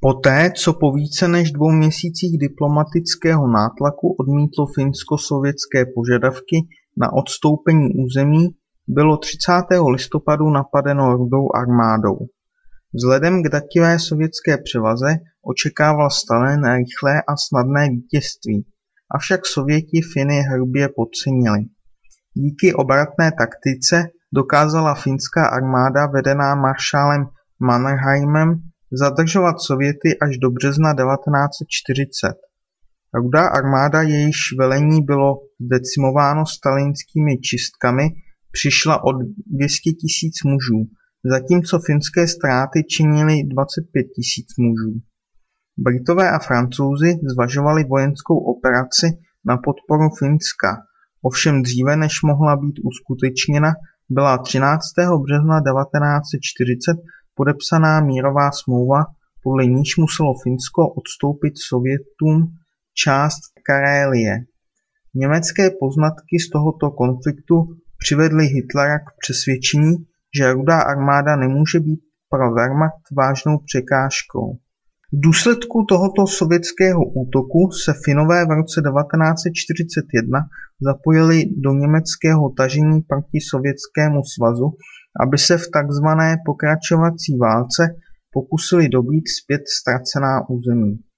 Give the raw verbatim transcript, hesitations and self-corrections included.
Poté, co po více než dvou měsících diplomatického nátlaku odmítlo Finsko sovětské požadavky na odstoupení území, bylo třicátého listopadu napadeno Rudou armádou. Vzhledem k drtivé sovětské převaze očekával Stalin rychlé a snadné vítězství, avšak Sověti Finy hrubě podcenili. Díky obratné taktice dokázala finská armáda vedená maršálem Mannerheimem zadržovat Sověty až do března devatenáct set čtyřicet. Rudá armáda, jejíž velení bylo zdecimováno stalinskými čistkami, přišla o dvě stě tisíc mužů, zatímco finské ztráty činily dvacet pět tisíc mužů. Britové a Francouzi zvažovali vojenskou operaci na podporu Finska, ovšem dříve než mohla být uskutečněna, byla třináctého března devatenáct set čtyřicet podepsaná mírová smlouva, podle níž muselo Finsko odstoupit Sovětům část Karélie. Německé poznatky z tohoto konfliktu přivedly Hitlera k přesvědčení, že Rudá armáda nemůže být pro Wehrmacht vážnou překážkou. V důsledku tohoto sovětského útoku se Finové v roce devatenáct set čtyřicet jedna zapojili do německého tažení proti Sovětskému svazu, aby se v takzvané pokračovací válce pokusili dobít zpět ztracená území.